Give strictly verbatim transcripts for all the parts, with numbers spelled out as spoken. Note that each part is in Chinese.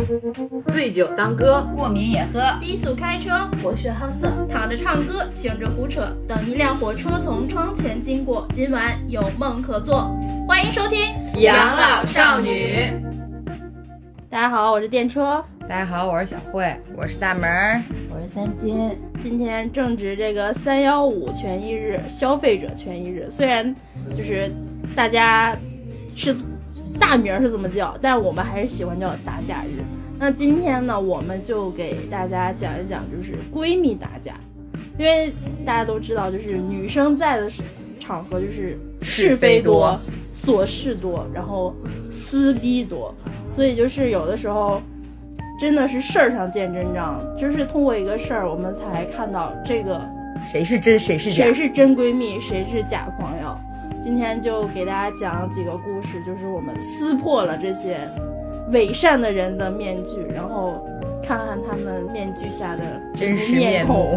醉酒当歌， 过敏也喝； 低速开车，博学好色；躺着唱歌，醒着胡扯。等一辆火车从窗前经过，今晚有梦可做。欢迎收听 《养老少女》。 大家好，我是电车。 大家好，我是小慧。 我是大门， 我是三金。 今天正值这个三幺五权益日，消费者权益日。虽然就是大家是大名是这么叫，但我们还是喜欢叫打架日。那今天呢，我们就给大家讲一讲，就是闺蜜打架。因为大家都知道，就是女生在的场合就是是非多、琐事多，然后撕逼多，所以就是有的时候真的是事儿上见真章，就是通过一个事儿，我们才看到这个谁是真谁是假， 谁是真闺蜜，谁是假朋友。今天就给大家讲几个故事，就是我们撕破了这些伪善的人的面具，然后看看他们面具下的真实面目。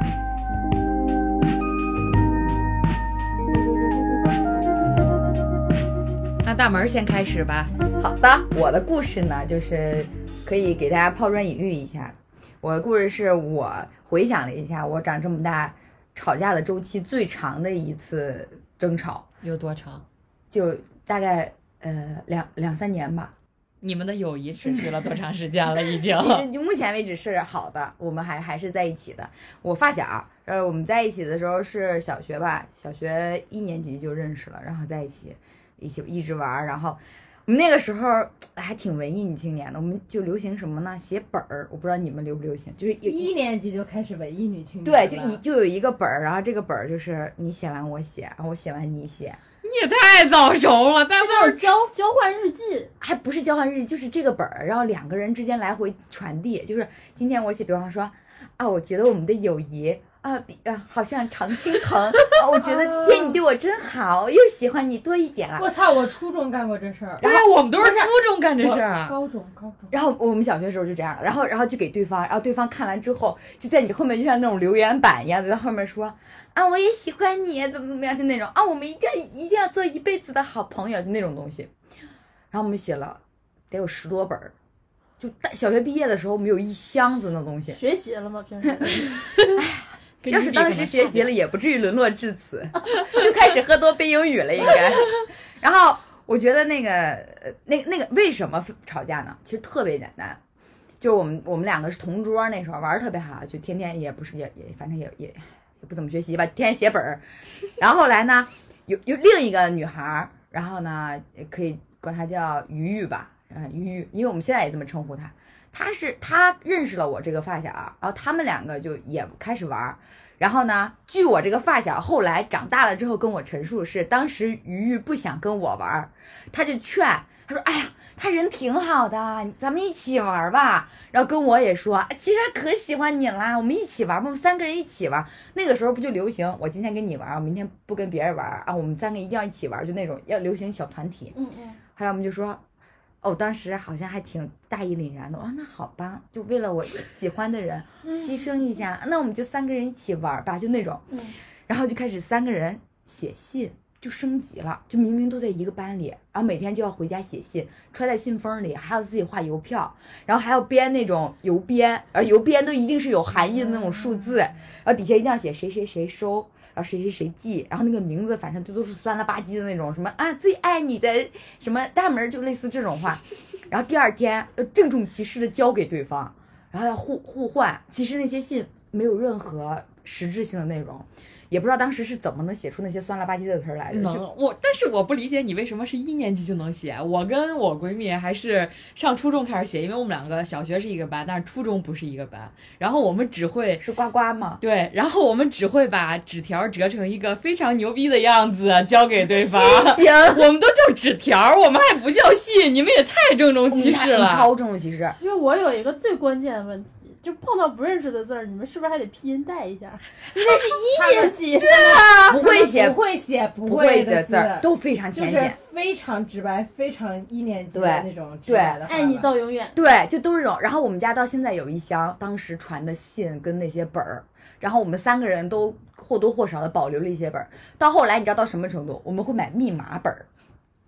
那大门先开始吧。 好的，我的故事呢，就是可以给大家抛砖引玉一下。我的故事是我回想了一下，我长这么大吵架的周期最长的一次争吵。 有多长？ 就大概呃两两三年吧。 你们的友谊持续了多长时间了？已经就目前为止是好的，我们还还是在一起的。我发小，呃，我们在一起的时候是小学吧，小学一年级就认识了，然后在一起一起一直玩。然后我们那个时候还挺文艺女青年的，我们就流行什么呢？写本儿，我不知道你们流不流行，就是有一年级就开始文艺女青年对，就一就有一个本儿，然后这个本儿就是你写完我写，然后我写完你写。 你也太早熟了，但都是交交换日记， 还不是交换日记，就是这个本儿，然后两个人之间来回传递。就是今天我写，比方说啊，我觉得我们的友谊啊，比啊好像常青藤啊，我觉得今天你对我真好，又喜欢你多一点了。 我操，我初中干过这事儿。 对啊，我们都是初中干这事儿。 高中高中。 然后我们小学的时候就这样，然后然后就给对方，然后对方看完之后，就在你后面就像那种留言板一样，就在后面说。啊，我也喜欢你，怎么怎么样，就那种啊，我们一定要一定要做一辈子的好朋友，就那种东西。然后我们写了得有十多本，就大小学毕业的时候，我们有一箱子那东西。 学习了吗？平时？ 哎，要是当时学习了，也不至于沦落至此，就开始喝多背英语了，应该。然后我觉得那个那那个为什么吵架呢？其实特别简单，就我们我们两个是同桌，那时候玩的特别好，就天天也不是也也反正也也。不怎么学习吧，天天写本儿。然后后来呢，有有另一个女孩，然后呢，可以管她叫鱼鱼吧，嗯，鱼鱼，因为我们现在也这么称呼她。她是她认识了我这个发小，然后他们两个就也开始玩。然后呢，据我这个发小后来长大了之后跟我陈述是，当时鱼鱼不想跟我玩，他就劝，他说：“哎呀。”他人挺好的，咱们一起玩吧。然后跟我也说，其实他可喜欢你啦，我们一起玩吧，我们三个人一起玩。那个时候不就流行，我今天跟你玩，我明天不跟别人玩啊，我们三个一定要一起玩，就那种要流行小团体。 嗯嗯。 后来我们就说，哦，当时好像还挺大义凛然的。我说那好吧，就为了我喜欢的人牺牲一下，那我们就三个人一起玩吧，就那种。 嗯。 然后就开始三个人写信。就升级了，就明明都在一个班里，然后每天就要回家写信，揣在信封里，还要自己画邮票，然后还要编那种邮编，然后邮编都一定是有含义的那种数字，然后底下一定要写谁谁谁收，然后谁谁谁寄，然后那个名字反正就都是酸了吧唧的那种，什么啊最爱你的什么大门，就类似这种话，然后第二天要郑重其事的交给对方，然后要互互换，其实那些信没有任何实质性的内容。也不知道当时是怎么能写出那些酸了吧唧的词来的。 能我，但是我不理解你为什么是一年级就能写。我跟我闺蜜还是上初中开始写，因为我们两个小学是一个班，但是初中不是一个班。然后我们只会是呱呱吗？ 对，然后我们只会把纸条折成一个非常牛逼的样子交给对方。 行， 我们都叫纸条，我们还不叫信，你们也太郑重其事了， 超郑重其事。 因为我有一个最关键的问题。就碰到不认识的字儿，你们是不是还得拼音带一下？那是一年级， 对啊，不会写， 不会写， 不会的字儿都非常浅显， 就是非常直白，非常一年级的那种直白的话。 爱你到永远。 对，就都是这种。然后我们家到现在有一箱当时传的信跟那些本儿，然后我们三个人都或多或少的保留了一些本儿。到后来你知道到什么程度？我们会买密码本儿。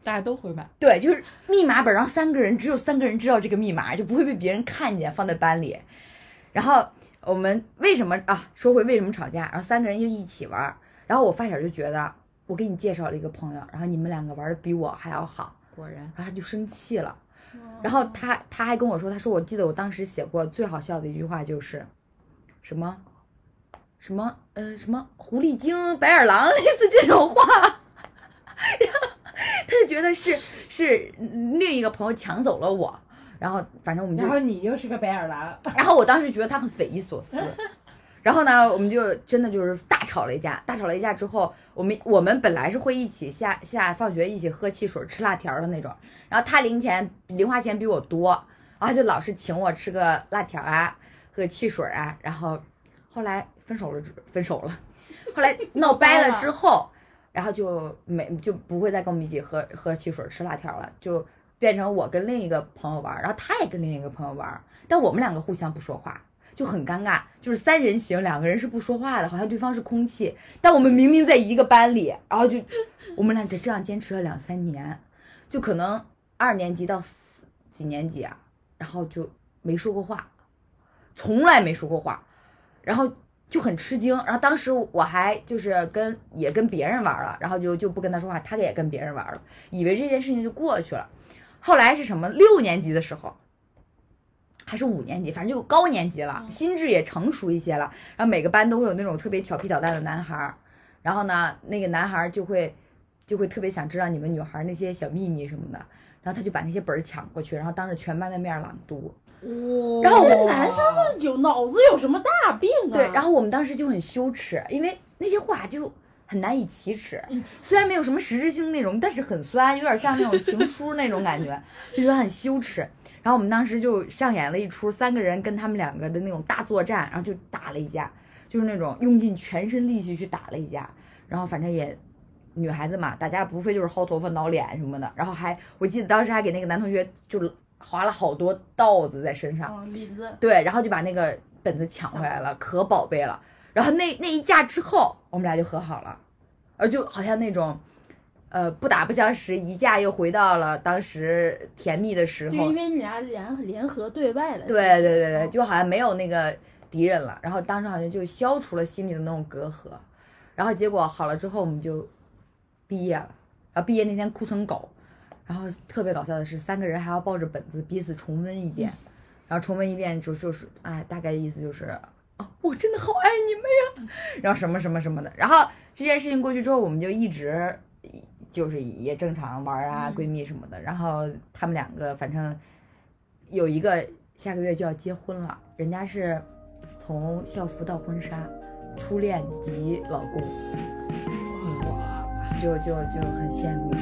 大家都会买。 对，就是密码本，然后三个人只有三个人知道这个密码，就不会被别人看见，放在班里。然后我们为什么啊？说回为什么吵架？然后三个人就一起玩，然后我发小就觉得我给你介绍了一个朋友，然后你们两个玩的比我还要好， 果然， 然后他就生气了。然后他他还跟我说，他说我记得我当时写过最好笑的一句话就是什么什么呃什么狐狸精白眼狼类似这种话，然后他就觉得是是另一个朋友抢走了我，然后反正我们就然后你又是个白眼狼， 然后我当时觉得他很匪夷所思。然后呢，我们就真的就是大吵了一架，大吵了一架之后，我们我们本来是会一起下下放学一起喝汽水吃辣条的那种，然后他零钱零花钱比我多，然后他就老是请我吃个辣条啊，喝个汽水啊，然后后来分手了，分手了，后来闹掰了之后，然后就没就不会再跟我们一起喝喝汽水吃辣条了，就变成我跟另一个朋友玩，然后他也跟另一个朋友玩，但我们两个互相不说话。就很尴尬，就是三人行，两个人是不说话的，好像对方是空气，但我们明明在一个班里，然后就我们俩就这样坚持了两三年，就可能二年级到四几年级啊，然后就没说过话，从来没说过话，然后就很吃惊，然后当时我还就是跟也跟别人玩了，然后就就不跟他说话，他也跟别人玩了，以为这件事情就过去了。后来是什么？六年级的时候。还是五年级，反正就高年级了，心智也成熟一些了。然后每个班都会有那种特别调皮捣蛋的男孩，然后呢，那个男孩就会就会特别想知道你们女孩那些小秘密什么的，然后他就把那些本抢过去，然后当着全班的面朗读。 哦、 然后我们男生有脑子有什么大病啊？ 对，然后我们当时就很羞耻，因为那些话就很难以启齿，虽然没有什么实质性内容，但是很酸，有点像那种情书那种感觉，就觉得很羞耻。然后我们当时就上演了一出三个人跟他们两个的那种大作战，然后就打了一架，就是那种用尽全身力气去打了一架。然后反正也女孩子嘛，大家无非就是薅头发挠脸什么的，然后还我记得当时还给那个男同学就划了好多道子在身上， 嗯，领子， 对，然后就把那个本子抢回来了，可宝贝了。然后那那一架之后，我们俩就和好了，而就好像那种。呃，不打不相识，一架又回到了当时甜蜜的时候。 就因为你俩联联合对外了。 对对对对，就好像没有那个敌人了，然后当时好像就消除了心里的那种隔阂，然后结果好了之后我们就毕业了，然后毕业那天哭成狗，然后特别搞笑的是三个人还要抱着本子彼此重温一遍，嗯、然后重温一遍就就是哎，大概意思就是啊，我真的好爱你们呀，然后什么什么什么的，然后这件事情过去之后，我们就一直。就是也正常玩啊，闺蜜什么的。然后他们两个反正有一个下个月就要结婚了，人家是从校服到婚纱，初恋及老公，哇，就就就很羡慕。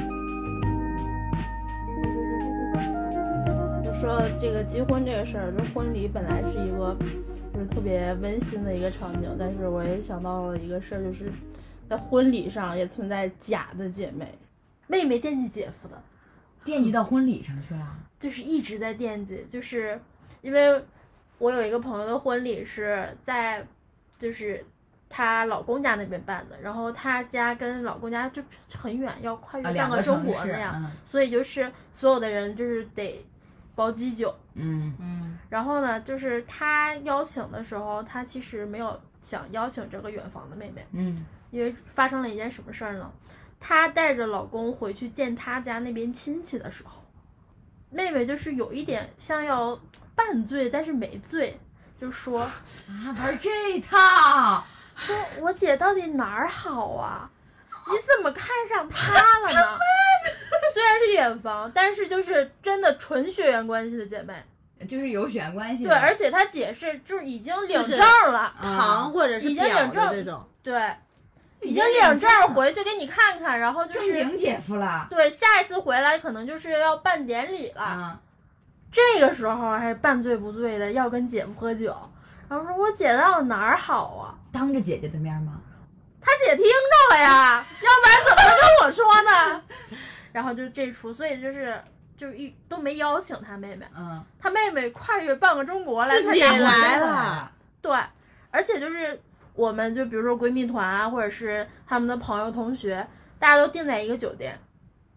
就说这个结婚这个事儿，这婚礼本来是一个就是特别温馨的一个场景，但是我也想到了一个事儿，就是在婚礼上也存在假的姐妹。妹妹惦记姐夫的， 惦记到婚礼上去了， 就是一直在惦记，就是因为我有一个朋友的婚礼是在，就是她老公家那边办的，然后她家跟老公家就很远，要跨越半个中国那样， 啊嗯、 所以就是所有的人就是得包机酒， 嗯嗯，然后呢，就是她邀请的时候，她其实没有想邀请这个远房的妹妹， 嗯， 因为发生了一件什么事儿呢？她带着老公回去见她家那边亲戚的时候，妹妹就是有一点像要半醉，但是没醉，就说啊玩这套， 说我姐到底哪儿好啊？你怎么看上她了呢？虽然是远房，但是就是真的纯血缘关系的姐妹， 就是有血缘关系的。 对，而且她姐是就是已经领证了， 就是、堂或者是表的这种， 对。已经领证回去给你看看，然后就是正经姐夫了。 对，下一次回来可能就是要办典礼了。 嗯、 这个时候还半醉不醉的要跟姐夫喝酒，然后说我姐到底哪儿好啊？ 当着姐姐的面吗？ 他姐听着了呀，要不然怎么能跟我说呢？然后就这出，所以就是就一都没邀请他妹妹。 嗯， 他妹妹跨越半个中国来， 自己来了。 对，而且就是。我们就比如说闺蜜团啊，或者是他们的朋友同学，大家都订在一个酒店，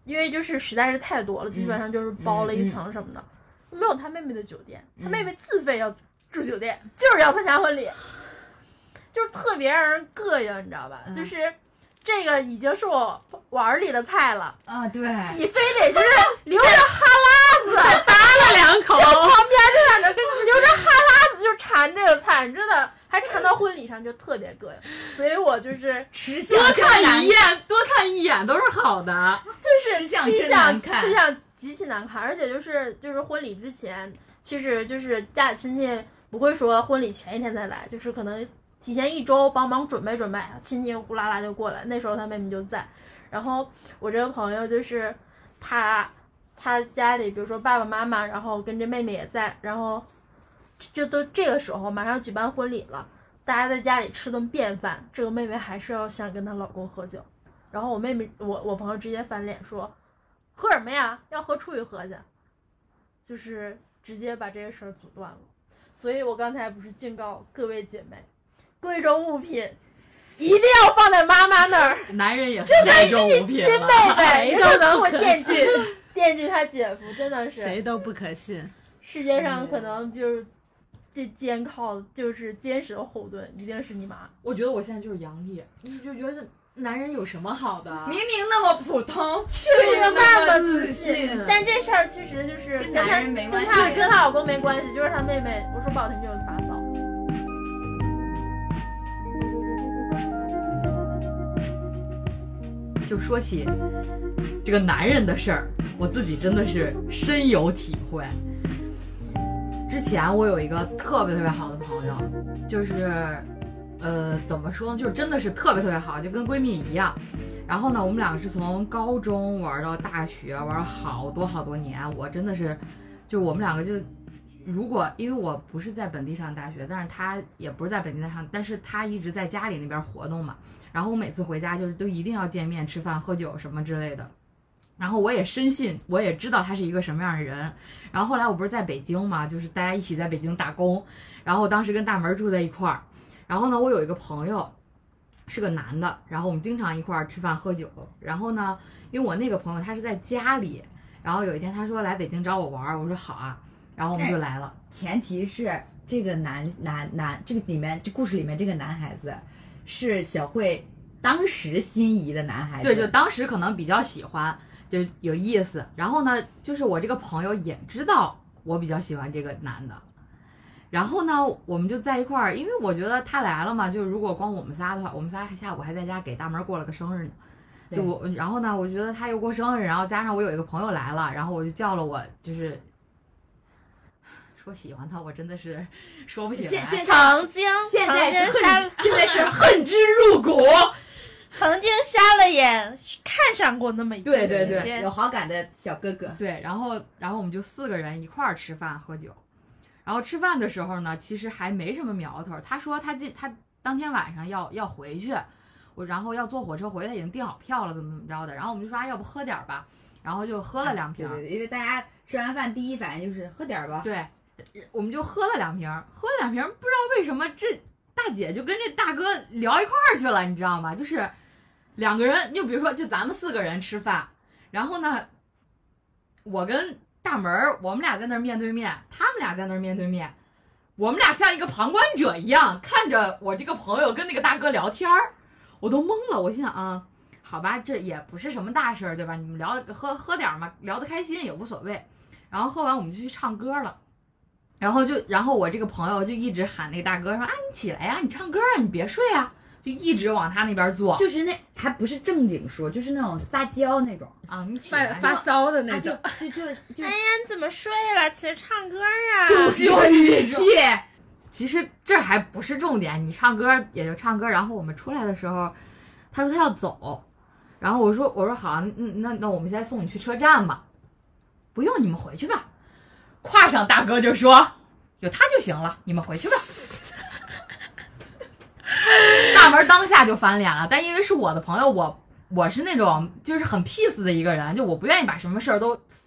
因为就是实在是太多了，基本上就是包了一层什么的，嗯嗯、没有他妹妹的酒店，他妹妹自费要住酒店，嗯、就是要参加婚礼，就是特别让人膈应，你知道吧？嗯、就是这个已经是我碗里的菜了啊，对， 你非得就是流着哈喇子扒了两口， 旁边就在那跟流着哈喇子就馋这个菜，真的。还馋到婚礼上就特别膈应，所以我就是吃相多看一眼，多看一眼都是好的， 就是吃相真难看， 吃相极其难看，而且就是就是婚礼之前，其实就是家里亲戚不会说婚礼前一天再来，就是可能提前一周帮忙准备准备，亲戚呼啦啦就过来，那时候他妹妹就在，然后我这个朋友就是他他家里比如说爸爸妈妈，然后跟这妹妹也在，然后。就都这个时候马上举办婚礼了，大家在家里吃顿便饭，这个妹妹还是要想跟她老公喝酒，然后我妹妹我我朋友直接翻脸说，喝什么呀？要喝出去喝去，就是直接把这个事儿阻断了。所以我刚才不是警告各位姐妹，贵重物品一定要放在妈妈那儿， 男人也是贵重物品了，亲妹妹都能会惦记惦记他姐夫，真的是谁都不可信。 世界上可能就是坚坚靠就是坚实的后盾一定是你妈。 我觉得我现在就是杨丽，你就觉得男人有什么好的？ 明明那么普通，却又那么自信。 但这事儿其实就是跟男人没关系， 跟她跟她老公没关系，就是她妹妹，我说不好听就是发骚。 就说起这个男人的事儿，我自己真的是深有体会。之前我有一个特别特别好的朋友，就是呃怎么说呢，就是真的是特别特别好，就跟闺蜜一样。然后呢，我们两个是从高中玩到大学，玩好多好多年。我真的是，就我们两个就，如果因为我不是在本地上大学，但是他也不是在本地上，但是他一直在家里那边活动嘛。然后我每次回家就是都一定要见面吃饭喝酒什么之类的。然后我也深信，我也知道他是一个什么样的人。然后后来我不是在北京嘛，就是大家一起在北京打工。然后当时跟大门住在一块儿。然后呢，我有一个朋友是个男的，然后我们经常一块儿吃饭喝酒。然后呢，因为我那个朋友他是在家里，然后有一天他说来北京找我玩，我说好啊，然后我们就来了。 前提是这个男男男这个里面这故事里面这个男孩子是小慧当时心仪的男孩子， 对，就当时可能比较喜欢。就有意思，然后呢，就是我这个朋友也知道我比较喜欢这个男的，然后呢，我们就在一块儿，因为我觉得他来了嘛，就如果光我们仨的话，我们仨下午还在家给大门过了个生日呢，就我，然后呢，我觉得他又过生日，然后加上我有一个朋友来了，然后我就叫了我，就是说喜欢他，我真的是说不起来， 现曾经现在是恨，现在是恨之入骨。 曾经瞎了眼看上过那么一对对对，有好感的小哥哥。 对，然后然后我们就四个人一块儿吃饭喝酒，然后吃饭的时候呢，其实还没什么苗头。他说他今他当天晚上要要回去，我然后要坐火车回，他已经订好票了，怎么怎么着的。然后我们就说啊，要不喝点吧，然后就喝了两瓶。 啊、对对对，因为大家吃完饭第一反应就是喝点吧。 对，我们就喝了两瓶，喝了两瓶，不知道为什么这大姐就跟这大哥聊一块儿去了，你知道吗？就是两个人，就比如说，就咱们四个人吃饭，然后呢，我跟大门我们俩在那儿面对面，他们俩在那儿面对面，我们俩像一个旁观者一样看着我这个朋友跟那个大哥聊天儿，我都懵了。我心想啊，好吧，这也不是什么大事儿，对吧？你们聊喝喝点嘛，聊得开心也无所谓。然后喝完我们就去唱歌了。然后就，然后我这个朋友就一直喊那个大哥说啊，你起来呀，你唱歌啊，你别睡啊，就一直往他那边坐。 就是那还不是正经说，就是那种撒娇那种啊，你起来发骚的那种。 啊、就就就就哎呀，你怎么睡了？起来唱歌啊！ 就是有语气。 其实这还不是重点，你唱歌也就唱歌。然后我们出来的时候，他说他要走，然后我说我说好，那那我们现在送你去车站吧。不用，你们回去吧。跨上大哥就说有他就行了，你们回去吧。大门当下就翻脸了，但因为是我的朋友，我我是那种就是很 peace 的一个人，就我不愿意把什么事儿都私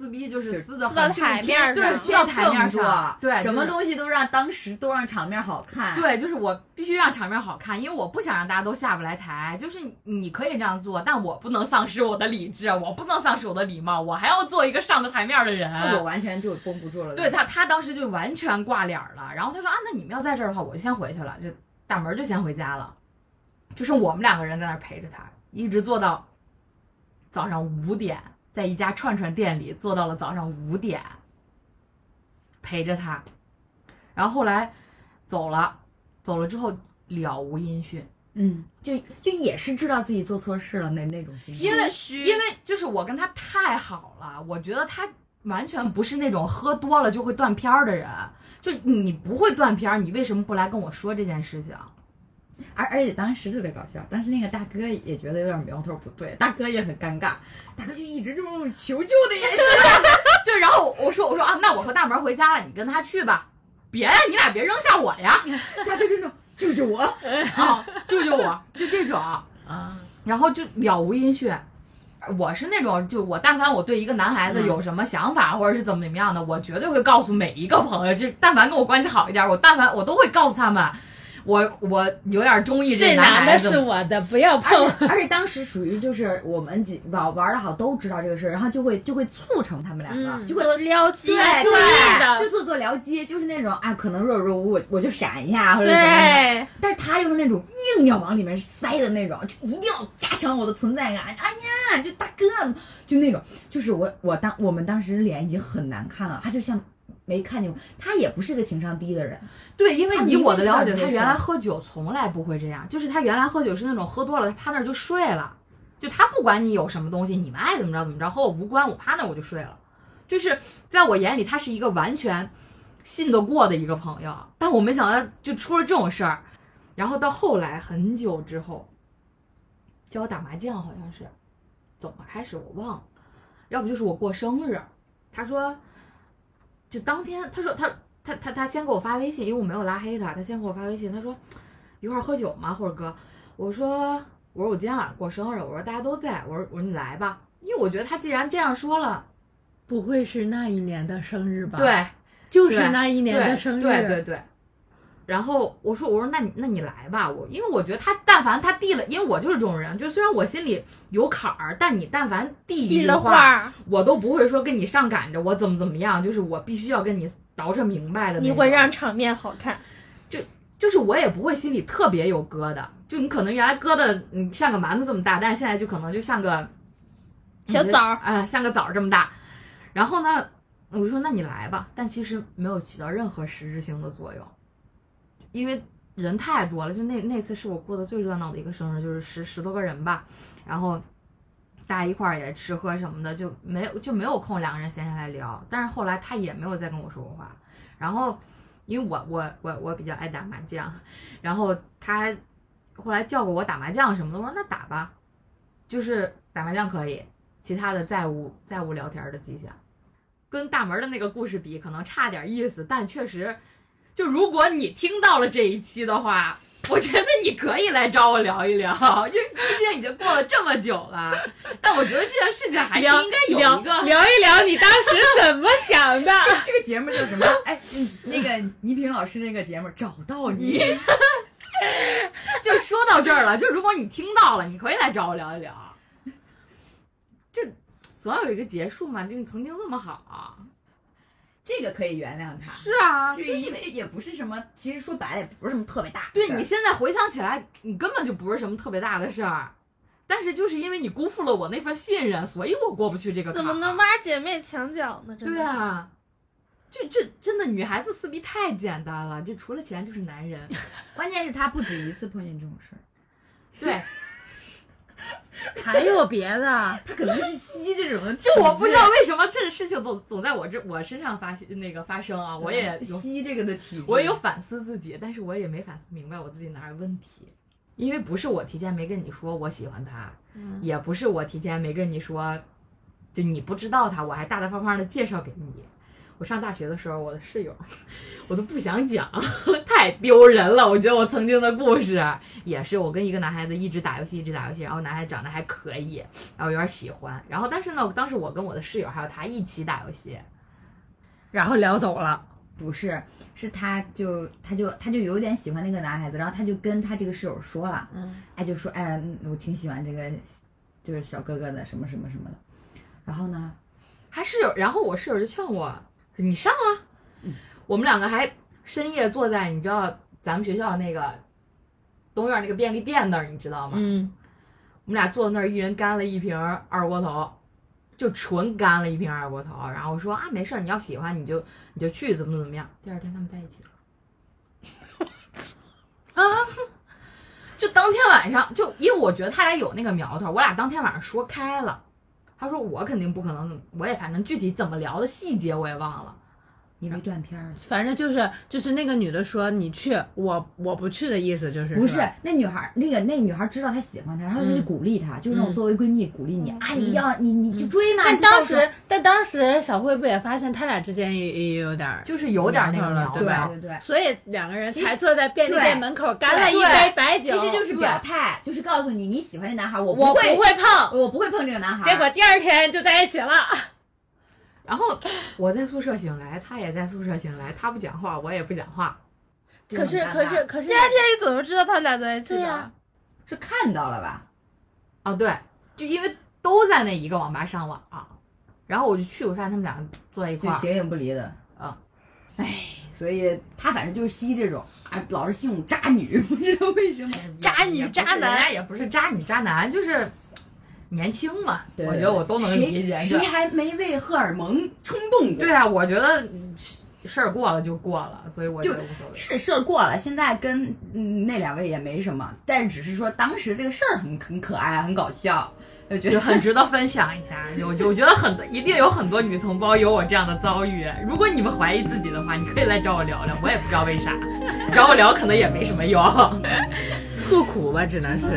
撕逼就是撕的撕到台面上， 对，撕到台面上，对， 什么东西都让当时都让场面好看。 对，就是我必须让场面好看，因为我不想让大家都下不来台。就是你可以这样做，但我不能丧失我的理智，我不能丧失我的礼貌，我还要做一个上得台面的人。 我完全就绷不住了。 对他，他当时就完全挂脸了。然后他说啊，那你们要在这儿的话，我就先回去了，就大门就先回家了，就剩我们两个人在那儿陪着他，一直做到早上五点，在一家串串店里做到了早上五点，陪着他。然后后来走了，走了之后了无音讯。 嗯，就就也是知道自己做错事了那那种心情。 因为因为就是我跟他太好了，我觉得他完全不是那种喝多了就会断片儿的人。就你不会断片儿，你为什么不来跟我说这件事情？ 而而且当时特别搞笑，当时那个大哥也觉得有点苗头不对，大哥也很尴尬，大哥就一直这种求救的眼神。 对，然后我说我说啊，那我和大门回家了，你跟他去吧，别呀，你俩别扔下我呀。 大哥就那种救救我啊，救救我，就这种啊，然后就了无音讯。我是那种，就我但凡我对一个男孩子有什么想法，嗯、或者是怎么怎么样的，我绝对会告诉每一个朋友，就但凡跟我关系好一点，我但凡我都会告诉他们。我我有点中意这男的是我的，不要碰。 而且, 而且当时属于就是我们几玩玩的好都知道这个事，然后就会就会促成他们两个、 嗯、 就会撩机， 对故意的， 就做做撩机，就是那种哎，可能若有若无，我我就闪一下或者什么的。但是他又是那种硬要往里面塞的那种，就一定要加强我的存在感。哎呀，就大哥，就那种，就是我我当我们当时脸已经很难看了，他就像。没看见过，他也不是个情商低的人。 对，因为以我的了解，他原来喝酒从来不会这样，就是他原来喝酒是那种喝多了，他趴那儿就睡了，就他不管你有什么东西，你们爱怎么着怎么着，和我无关，我趴那儿我就睡了。就是在我眼里，他是一个完全信得过的一个朋友，但我没想到就出了这种事儿。然后到后来很久之后，教我打麻将，好像是怎么开始我忘了，要不就是我过生日，他说。就当天，他说他他他他先给我发微信，因为我没有拉黑他，他先给我发微信，他说一块儿喝酒吗，或者哥，我说我说我今天晚上过生日，我说大家都在，我说我说你来吧，因为我觉得他既然这样说了， 不会是那一年的生日吧？ 对， 就是那一年的生日， 对对 对, 对, 对。然后我说我说那你那你来吧，我因为我觉得他但凡他递了，因为我就是这种人，就虽然我心里有坎儿，但你但凡递一句话，我都不会说跟你上赶着我怎么怎么样，就是我必须要跟你倒饬明白的那种。 你会让场面好看， 就就是我也不会心里特别有疙瘩，就你可能原来疙瘩嗯像个馒头这么大，但是现在就可能就像个小枣儿， 哎、呃，像个枣儿这么大。然后呢，我就说那你来吧，但其实没有起到任何实质性的作用。因为人太多了，就那那次是我过得最热闹的一个生日，就是十十多个人吧，然后大家一块儿也吃喝什么的，就没有就没有空两个人闲下来聊。但是后来他也没有再跟我说过话，然后因为我我我我比较爱打麻将，然后他后来叫过我打麻将什么的，我说那打吧，就是打麻将可以，其他的再无再无聊天的迹象。跟大门的那个故事比，可能差点意思，但确实。就如果你听到了这一期的话，我觉得你可以来找我聊一聊，就毕竟已经过了这么久了。但我觉得这件事情还是应该有一个聊一聊你当时怎么想的。 这个节目叫什么？哎，那个倪萍老师那个节目找到你。 就说到这儿了，就如果你听到了，你可以来找我聊一聊。这总要有一个结束嘛，就你曾经这么好。 这个可以原谅他， 是啊， 就是因为也不是什么，其实说白了也不是什么特别大的事。对，你现在回想起来，你根本就不是什么特别大的事儿，但是就是因为你辜负了我那份信任，所以我过不去这个坎。 怎么能挖姐妹墙角呢？真的对啊，这这真的女孩子撕逼太简单了，就除了钱就是男人。 关键是他不止一次碰见这种事儿， 对。 还有别的， 他可能是吸这种的， 就我不知道为什么这事情总总在我这我身上发那个发生啊，我也吸这个的体质， 我也有反思自己，但是我也没反思明白我自己哪儿问题，因为不是我提前没跟你说我喜欢他，嗯、也不是我提前没跟你说，就你不知道他，我还大大方方的介绍给你， 我上大学的时候，我的室友，我都不想讲，太丢人了。我觉得我曾经的故事也是，我跟一个男孩子一直打游戏，一直打游戏，然后男孩子长得还可以，然后有点喜欢，然后但是呢，当时我跟我的室友还有他一起打游戏， 然后聊走了。 不是，是他就他就他就有点喜欢那个男孩子，然后他就跟他这个室友说了，嗯，哎，就说哎，我挺喜欢这个就是小哥哥的什么什么什么的，然后呢， 还室友，然后我室友就劝我，你上啊，嗯，我们两个还深夜坐在你知道咱们学校那个东院那个便利店那儿，你知道吗？ 嗯， 我们俩坐在那儿，一人干了一瓶二锅头。就纯干了一瓶二锅头，然后说啊没事，你要喜欢你就你就去怎么怎么样。第二天他们在一起了，啊！就当天晚上，就因为我觉得他俩有那个苗头，我俩当天晚上说开了。他说我肯定不可能，我也反正具体怎么聊的细节我也忘了。 因为断片儿， 反正就是就是那个女的说你去，我我不去的意思就是不是那女孩那个那女孩知道他喜欢他，然后他就鼓励他，嗯、就是那种作为闺蜜鼓励你、嗯、啊，你一定要你你就追嘛。 但当时但当时小慧不也发现他俩之间也也有点就是有点那个了， 对对对， 所以两个人才坐在便利店门口干了一杯白酒， 其实就是表态，就是告诉你你喜欢这男孩，我不会我不会碰， 我不会碰这个男孩。 结果第二天就在一起了。 然后我在宿舍醒来，他也在宿舍醒来，他不讲话，我也不讲话。 可是可是可是第二天你怎么知道他俩在一起的？ 对呀、啊， 是看到了吧？ 哦，对，就因为都在那一个网吧上网啊，然后我就去，我发现他们俩坐在一块儿， 就形影不离的。 嗯， 哎，所以他反正就是吸这种啊，老是吸这种渣女，不知道为什么。 渣女渣男， 人家也不是渣女渣男，就是年轻嘛。对，我觉得我都能理解。 谁还没为荷尔蒙冲动过？ 对啊，我觉得事儿过了就过了，所以我觉得无所谓。 是事儿过了，现在跟嗯那两位也没什么，但是只是说当时这个事儿很很可爱，很搞笑。我觉得很值得分享一下，我我觉得很一定有很多女同胞有我这样的遭遇。如果你们怀疑自己的话，你可以来找我聊聊，我也不知道为啥，找我聊可能也没什么用， 诉苦吧，只能是。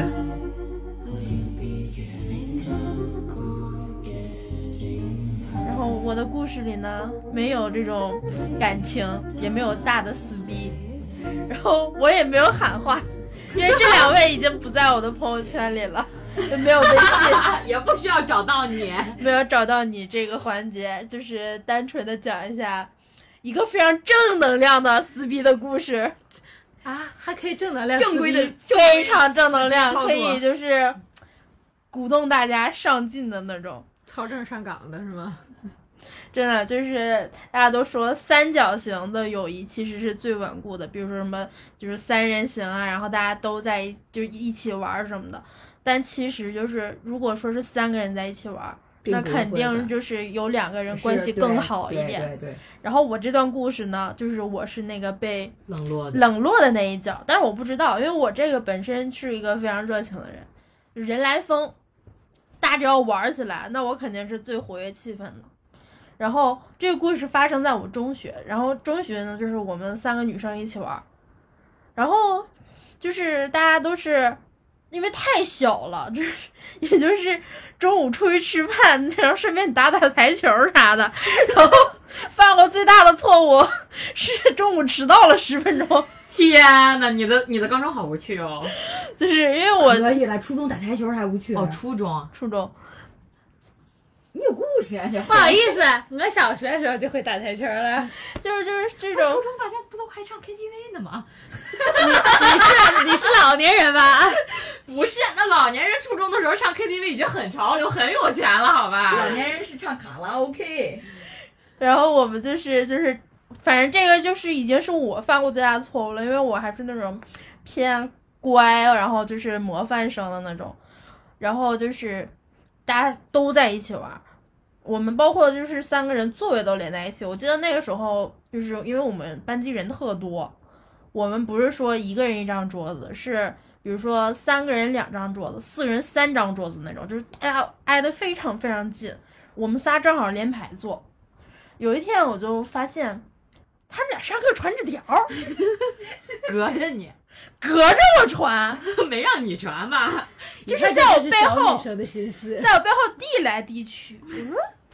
然后我的故事里呢，没有这种感情，也没有大的撕逼，然后我也没有喊话，因为这两位已经不在我的朋友圈里了。也没有微信， 也不需要找到你， 没有找到你这个环节，就是单纯的讲一下一个非常正能量的撕逼的故事啊，还可以正能量， 正规的非常正能量，可以就是鼓动大家上进的那种， 超正上岗的是吗？ 真的就是大家都说三角形的友谊其实是最稳固的，比如说什么就是三人行啊，然后大家都在就一起玩什么的。但其实就是如果说是三个人在一起玩，那肯定就是有两个人关系更好一点。 对对对。 然后我这段故事呢，就是我是那个被冷落的冷落的那一角，但是我不知道，因为我这个本身是一个非常热情的人，人来疯，大家只要玩起来，那我肯定是最活跃气氛的。然后这个故事发生在我中学，然后中学呢就是我们三个女生一起玩，然后就是大家都是。因为太小了，就是也就是中午出去吃饭，然后顺便打打台球啥的，然后犯过最大的错误是中午迟到了十分钟。 天哪，你的你的高中好无趣哦！ 就是因为我可以了，初中打台球还无趣哦，初中初中。 你有故事啊， 不好意思，我小学的时候就会打台球了， 就是就是这种。 初中大家不都还唱 K T V 呢吗？ 你你是你是老年人吧？ 不是，那老年人初中的时候唱 K T V 已经很潮流，很有钱了，好吧？ 老年人是唱卡拉 OK。 然后我们就是就是，反正这个就是已经是我犯过最大的错误了，因为我还是那种偏乖，然后就是模范生的那种，然后就是大家都在一起玩。我们包括就是三个人座位都连在一起，我记得那个时候就是因为我们班级人特多，我们不是说一个人一张桌子，是比如说三个人两张桌子，四个人三张桌子那种，就是大家挨得非常非常近，我们仨正好连排坐。有一天我就发现他们俩上课传纸条， 隔着你， 隔着我传， 没让你传吧？ 就是在我背后， 说的心事， 在我背后递来递去。我说他们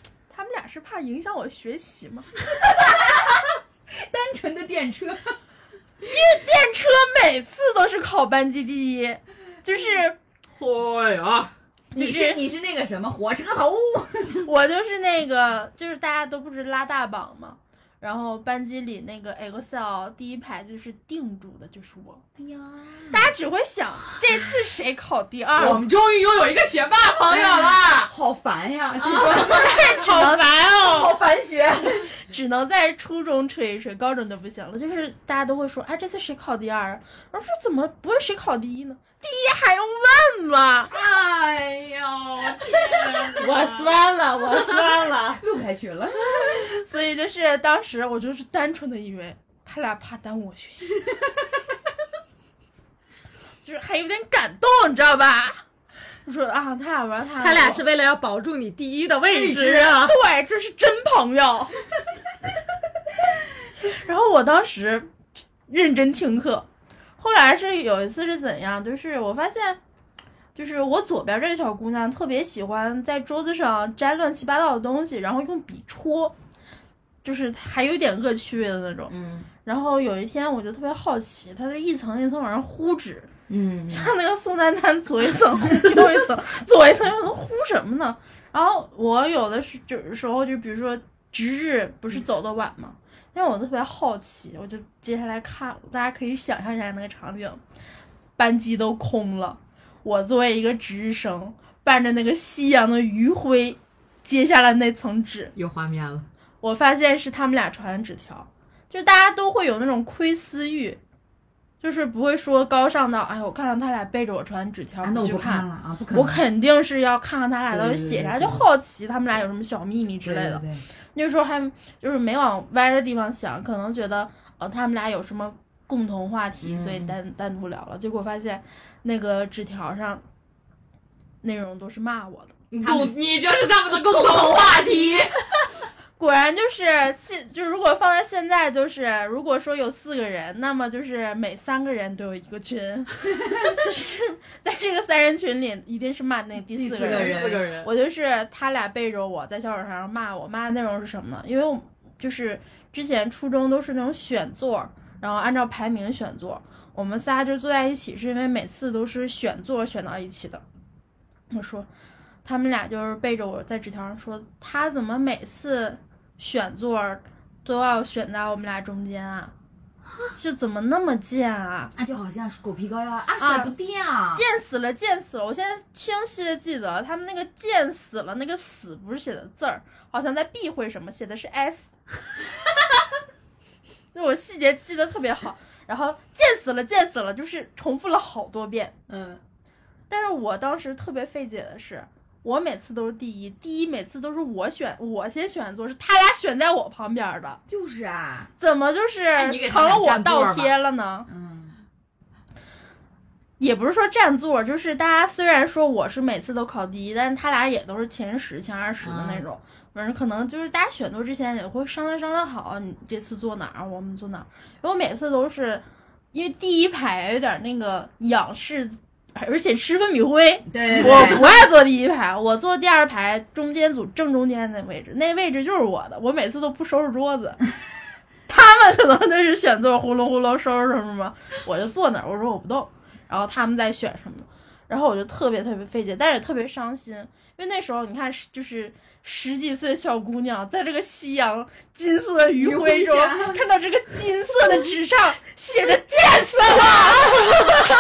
们俩是怕影响我学习吗？ 单纯的电车， 因为电车每次都是考班级第一，就是嚯呀！ 你是你是那个什么火车头， 我就是那个，就是大家都不是拉大榜吗？然后班级里那个 Excel 第一排就是定住的，就是我。哎呀，大家只会想这次谁考第二。 我们终于拥有一个学霸朋友了， 好烦呀！这个、 啊、好烦哦， 好烦学， 只能在初中吹一吹，高中就不行了。就是大家都会说，哎，这次谁考第二？我说怎么不会谁考第一呢？第一还用问吗？ 哎呦天！ 我酸了，我酸了， 录不下去了。 所以就是当时我就是单纯的以为他俩怕耽误我学习，就是还有点感动，你知道吧？我说啊，他俩玩他， 他俩是为了要保住你第一的位置啊！ 对，这是真朋友。然后我当时认真听课。后来是有一次是怎样，就是我发现就是我左边这个小姑娘特别喜欢在桌子上摘乱七八糟的东西，然后用笔戳，就是还有点恶趣味的那种。 嗯， 然后有一天我就特别好奇，她是一层一层往上糊纸， 嗯， 像那个宋丹丹左一层右一层左一层右一层糊什么呢？然后我有的是就是时候就比如说值日不是走得晚吗？因为我特别好奇，我就接下来看了，大家可以想象一下那个场景，班级都空了，我作为一个值日生，伴着那个夕阳的余晖，接下来那层纸， 有画面了。 我发现是他们俩传的纸条，就大家都会有那种窥私欲，就是不会说高尚到，哎，我看到他俩背着我传纸条， 啊、那我不看了啊，不可能， 我肯定是要看看他俩到底写啥， 对对对对就好奇他们俩有什么小秘密之类的。 对对对， 那时候还就是没往歪的地方想，可能觉得呃他们俩有什么共同话题， 嗯、 所以单单独聊了。结果发现那个纸条上内容都是骂我的， 共你就是他们的共同话题。 果然就是现就是如果放在现在，就是如果说有四个人，那么就是每三个人都有一个群，就是在这个三人群里一定是骂那第四个人。 第四个人， 我就是他俩背着我在小手上骂我，骂的内容是什么呢？因为我就是之前初中都是那种选座，然后按照排名选座，我们仨就坐在一起，是因为每次都是选座选到一起的。我说他们俩就是背着我在纸条上说，他怎么每次选座都要选在我们俩中间啊？就怎么那么贱啊？ 啊，就好像是狗皮膏药啊，甩不掉， 贱死了，贱死了！我现在清晰的记得他们那个贱死了，那个死不是写的字儿，好像在避讳什么，写的是 s， 就我细节记得特别好。然后贱死了，贱死了，就是重复了好多遍。 嗯， 但是我当时特别费解的是，我每次都是第一，第一每次都是我选，我先选座，是他俩选在我旁边的。 就是啊， 怎么就是成了我倒贴了呢？ 嗯， 也不是说占座，就是大家虽然说我是每次都考第一，但是他俩也都是前十、前二十的那种。反正可能就是大家选座之前也会商量商量好，你这次坐哪儿，我们坐哪儿。因为我每次都是因为第一排有点那个仰视。而且十分米灰， 对对对， 我不爱坐第一排，我坐第二排中间组正中间那位置，那位置就是我的，我每次都不收拾桌子，他们可能就是选座呼隆呼隆收拾什么嘛，我就坐那儿，我说我不动，然后他们在选什么，然后我就特别特别费解，但是也特别伤心，因为那时候你看就是十几岁小姑娘在这个夕阳金色余晖中看到这个金色的纸上写着贱死了。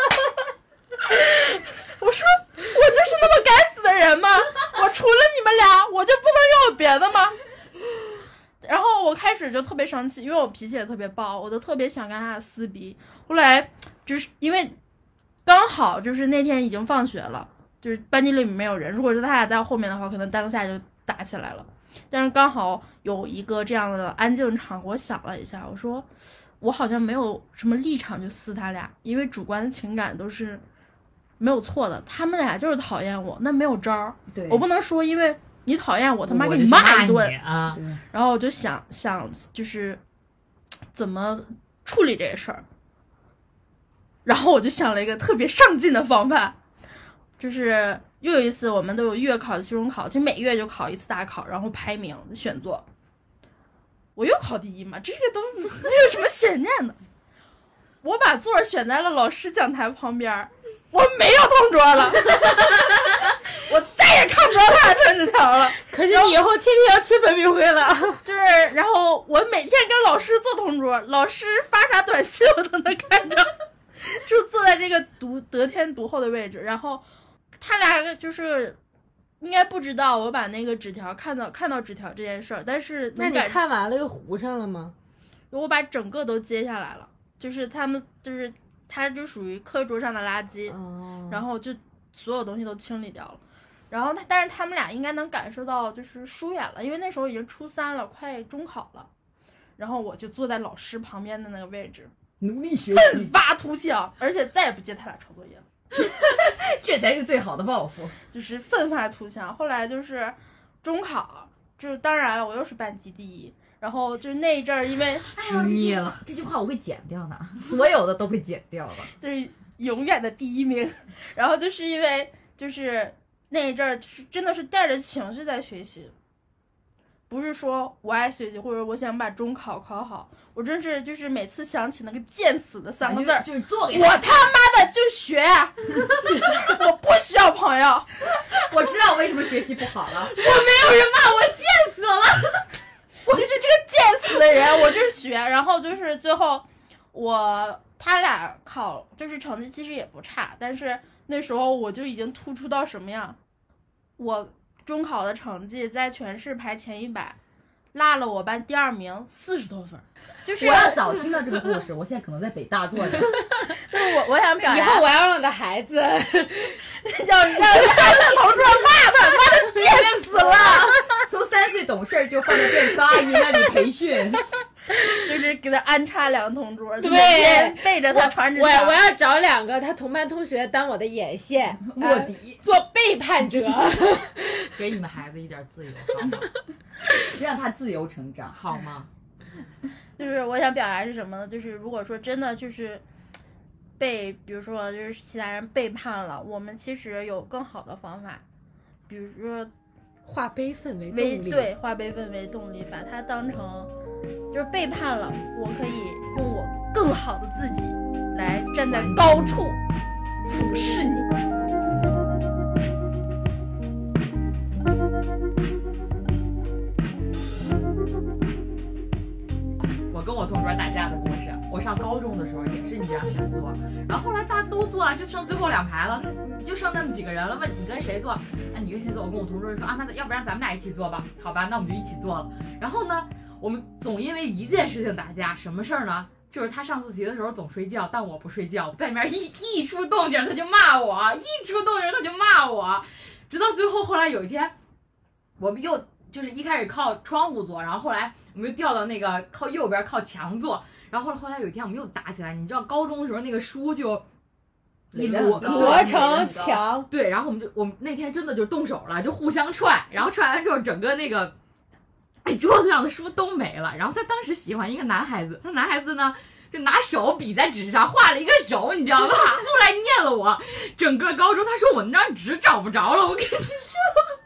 我说我就是那么该死的人吗？我除了你们俩我就不能有别的吗？然后我开始就特别生气，因为我脾气也特别暴，我就特别想跟他撕逼。后来就是因为刚好就是那天已经放学了，就是班级里没有人，如果是他俩在后面的话，可能当下就打起来了。但是刚好有一个这样的安静场，我想了一下，我说我好像没有什么立场去撕他俩，因为主观的情感都是没有错的，他们俩就是讨厌我，那没有招。 对， 我不能说因为你讨厌我，他妈给你骂一顿啊！ 然后我就想想，就是怎么处理这个事儿。然后我就想了一个特别上进的方法，就是又有一次我们都有月考的期中考，其实每月就考一次大考，然后排名选座，我又考第一嘛，这个都没有什么悬念的。我把座选在了老师讲台旁边，我没有同桌了，我再也看不着他传纸条了。 可是你以后天天要吃粉笔灰了。 就是，然后我每天跟老师做同桌，老师发啥短信我都能看着，就坐在这个独得天独厚的位置。然后他俩就是应该不知道我把那个纸条看到看到纸条这件事儿，但是那你看完了又糊上了吗？ 我把整个都揭下来了。就是他们就是它就属于课桌上的垃圾， 哦、 然后就所有东西都清理掉了。然后他但是他们俩应该能感受到就是疏远了，因为那时候已经初三了，快中考了。然后我就坐在老师旁边的那个位置， 努力学习， 奋发图强，而且再也不接他俩抄作业了。 这才是最好的报复， 就是奋发图强。后来就是中考，就当然了，我又是班级第一。然后就那一阵儿，因为吃腻了，这句话我会剪掉的，所有的都会剪掉的。 就是永远的第一名。然后就是因为就是那一阵儿，就是真的是带着情绪在学习，不是说我爱学习或者我想把中考考好，我真是就是每次想起那个贱死的三个字儿， 就是做给我他妈的就学，我不需要朋友。 我知道我为什么学习不好了，我没有人骂我贱死了。我就是这个贱死的人，我就是学，然后就是最后我他俩考就是成绩其实也不差，但是那时候我就已经突出到什么样，我中考的成绩在全市排前一百，落了我班第二名四十多分。就是我要早听到这个故事，我现在可能在北大坐着。 就是我我想表达， 以后我要让我的孩子要让孩子同桌骂他，骂他贱死了。 从三岁懂事就放在电车阿姨那里培训， 就是给他安插两个同桌， 对， 背着他传纸条。 我我要找两个他同班同学当我的眼线卧底、 呃，做背叛者， 给你们孩子一点自由好吗？ 让他自由成长好吗？ 就是我想表达是什么呢？就是如果说真的就是被，比如说就是其他人背叛了，我们其实有更好的方法，比如说化悲愤为动力， 对，化悲愤为动力，把它当成就是背叛了，我可以用我更好的自己来站在高处俯视你。 我跟我同桌打架的故事，我上高中的时候也是你这样选座，然后后来大家都坐啊，就剩最后两排了，那你就剩那么几个人了，问你跟谁坐？哎，你跟谁坐？我跟我同桌说啊，那要不然咱们俩一起坐吧？好吧，那我们就一起坐了。然后呢，我们总因为一件事情打架，什么事儿呢？就是他上自习的时候总睡觉，但我不睡觉，在里面一一出动静他就骂我，一出动静他就骂我，直到最后后来有一天，我们又就是一开始靠窗户坐，然后后来我们又调到那个靠右边靠墙坐，然后后来有一天我们又打起来，你知道高中的时候那个书就一摞摞成墙， 对，然后我们就我们那天真的就动手了，就互相踹，然后踹完之后整个那个。哎，桌子上的书都没了。然后他当时喜欢一个男孩子，他男孩子呢就拿手比在纸上画了一个手，你知道吗？后来念了我整个高中，他说我那张纸找不着了。我跟你说，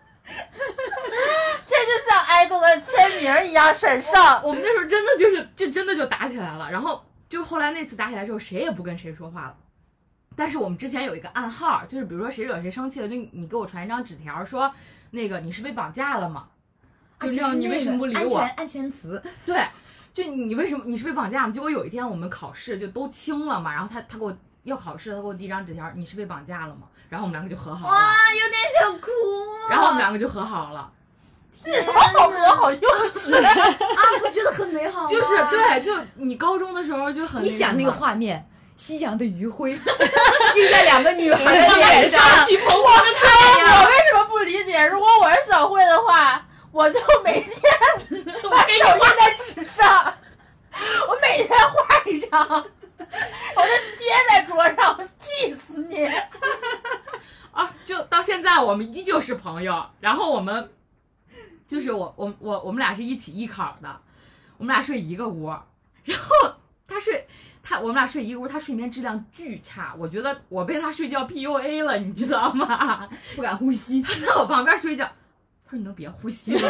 这就像爱豆的签名一样神圣。 我们那时候真的就是就真的就打起来了。然后就后来那次打起来之后，谁也不跟谁说话了。但是我们之前有一个暗号，就是比如说谁惹谁生气了，就你给我传一张纸条，说那个你是被绑架了吗？就这样，你为什么不理我？ 安全安全词， 对，就你为什么你是被绑架了？结果有一天我们考试就都清了嘛，然后他他给我要考试，他给我递一张纸条，你是被绑架了吗？然后我们两个就和好了。 哇，有点想哭。 然后我们两个就和好了。 天哪，好和好幼稚啊！我觉得很美好。 就是对，就你高中的时候就很。 你想那个画面，夕阳的余晖映在两个女孩的脸上， 起蓬勃的太阳。 我为什么不理解？如果我是小慧的话。我就每天把手印在纸上，我每天画一张，我就贴在桌上，气死你！ 啊，就到现在我们依旧是朋友。然后我们就是我我我我们俩是一起艺考的，我们俩睡一个屋，然后他睡他我们俩睡一个屋，他睡眠质量巨差，我觉得我被他睡觉 P U A 了，你知道吗？ 不敢呼吸。 他在我旁边睡觉，他说你能别呼吸了吗？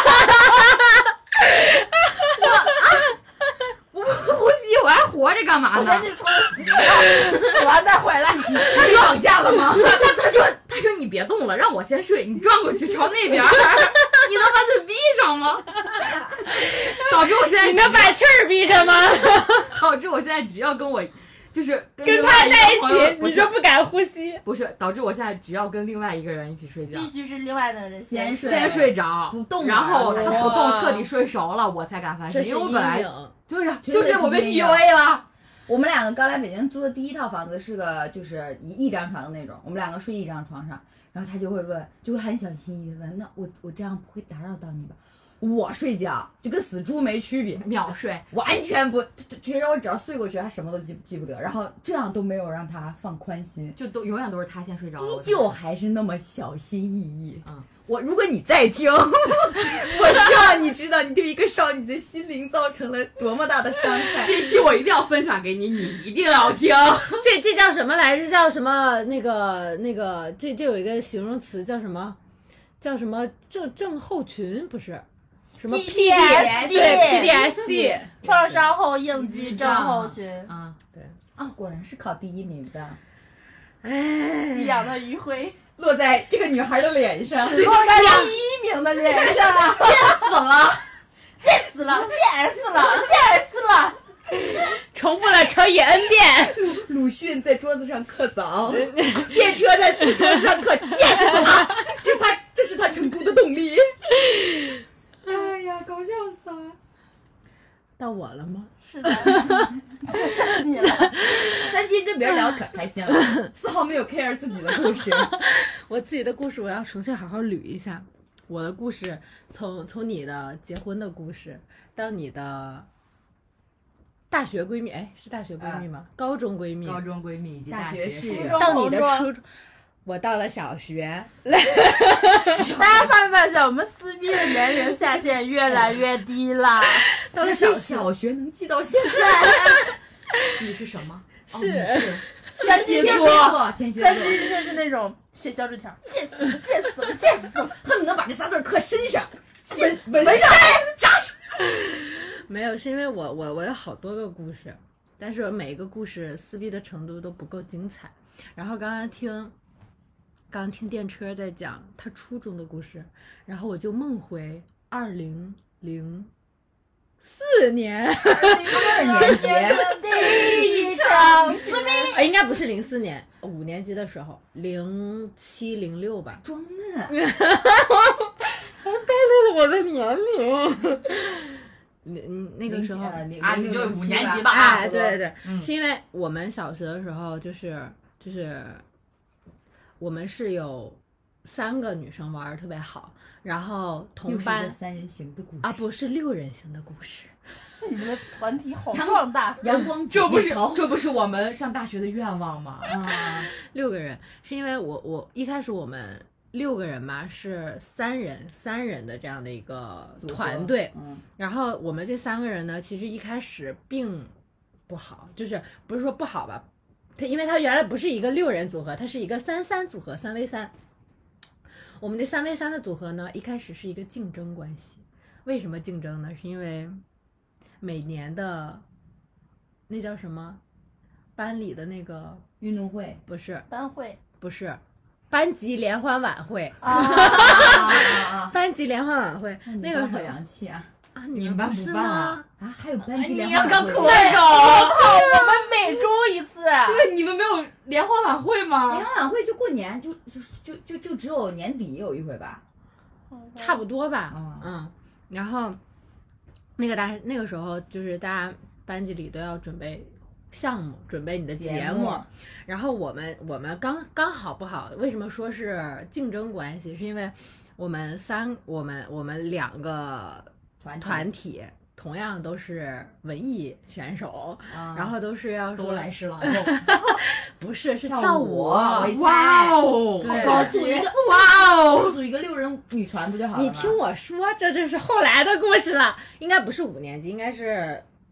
我啊，我不呼吸，我还活着干嘛呢？ 我赶紧出来死掉，死完再回来。 他说绑架了吗？ 他他说他说你别动了，让我先睡，你转过去朝那边，你能把嘴闭上吗？导致我现在你能把气儿闭上吗？ 导致我现在只要跟我就是跟跟他在一起，你说不不敢呼吸， 不是，导致我现在只要跟另外一个人一起睡觉， 必须是另外那个人先睡先睡着不动， 然后他不动， 哇彻底睡熟了，我才敢翻身，因为我本来就是真的就是是我被阴 P 影 U A 了。 我们两个刚来北京租的第一套房子是个就是一一张床的那种，我们两个睡一张床上，然后他就会问，就会很小心翼翼的问，那我我这样不会打扰到你吧？我睡觉就跟死猪没区别， 秒睡， 完全不觉得我只要睡过去，他什么都记记不得，然后这样都没有让他放宽心， 就都永远都是他先睡着了， 依旧还是那么小心翼翼。 嗯， 我如果你在听，我希望你知道你对一个少女的心灵造成了多么大的伤害。 这期我一定要分享给你，你一定要听。 这这叫什么来着？叫什么？那个那个，这这有一个形容词叫什么？叫什么症症候群？不是什么 P T S D 对 P T S D 创伤后应激症候群。 啊， 对啊，果然是考第一名的， 哎， 夕阳的余晖落在这个女孩的脸上。 落在第一名的脸上， 死了， 贱死了，贱死了，贱死了。 重复了乘以 n 遍。 鲁迅在桌子上刻凿，电车在桌子上刻贱死了，这是他这是他成功的动力。哎呀，搞笑死了！ 到我了吗？ 是的，就是你了。 三七跟别人聊得可开心了，丝毫没有 care 自己的故事。 我自己的故事我要重新好好捋一下。我的故事从从你的结婚的故事到你的大学闺蜜，哎，是大学闺蜜吗？高中闺蜜， 高中闺蜜以及大学室学室友到你的初中，我到了小学。 大家发没发现，我们撕逼的年龄下限越来越低啦？ 到了小学能记到现在。 你是什么？ 是、 哦你是三星天蝎座， 座，天蝎座， 三星就是那种写小纸条，贱死了，贱死了，贱死了。 恨不得能把这仨字刻身上，纹纹上，扎上。 没有，是因为我我我有好多个故事，但是每一个故事撕逼的程度都不够精彩。然后刚刚听，刚刚听电车在讲他初中的故事，然后我就梦回二零零四年， 二年级， 第一场撕逼， 呃，应该不是零四年，五年级的时候，零七零六吧， 装嫩。 暴露了我的年龄。嗯，那个时候啊，你就五年级吧？ 哎，对对对， 嗯是因为我们小学的时候，就是就是我们是有三个女生玩的特别好，然后同班三人行的故事啊，不是六人行的故事。 你们的团体好壮大， 阳光这不是这不是我们上大学的愿望吗？ 啊， 六个人是因为我我一开始我们六个人嘛是三人三人的这样的一个团队， 嗯， 然后我们这三个人呢，其实一开始并不好，就是不是说不好吧，它因为它原来不是一个六人组合，它是一个三三组合，三 v 三。我们这三 v 三的组合呢，一开始是一个竞争关系。为什么竞争呢？是因为每年的那叫什么班里的那个运动会不是班会不是班级联欢晚会啊， 啊， 班级联欢晚会那个好时候洋气啊啊， 你们班不是办啊吗？ 啊！还有班级联你要欢晚会， 刚可对，我靠，我们每周一次， 对，你们没有联欢晚会吗联？欢晚会就过年，就就就就就只有年底有一回吧。 差不多吧， 嗯嗯，然后那个大那个时候就是大家班级里都要准备项目，准备你的节节目然后我们我们刚刚好不好？为什么说是竞争关系？是因为我们三我们我们两个团体团体同样都是文艺选手， 啊然后都是要说都来是朗诵， 不是是跳跳舞我一猜哇哦， 对搞组一个哇哦！ 组一个六人女团不就好了吗？ 你听我说，这这是后来的故事了，应该不是五年级，应该是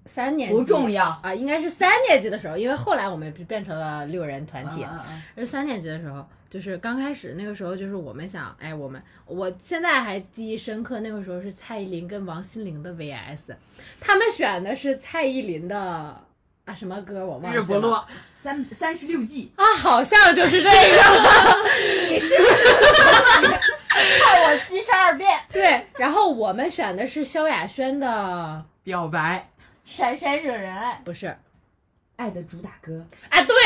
三年级不重要啊，应该是三年级的时候，因为后来我们就变成了六人团体。 嗯嗯是三年级的时候，就是刚开始那个时候，就是我们想，哎，我们我现在还记忆深刻，那个时候是蔡依林跟王心凌的 V S， 他们选的是蔡依林的啊什么歌我忘记了， 日不落三三十六计啊，好像就是这个， 你是不是看我七十二变？ 对，然后我们选的是萧亚轩的表白， 闪闪惹人爱， 不是爱的主打歌啊，对。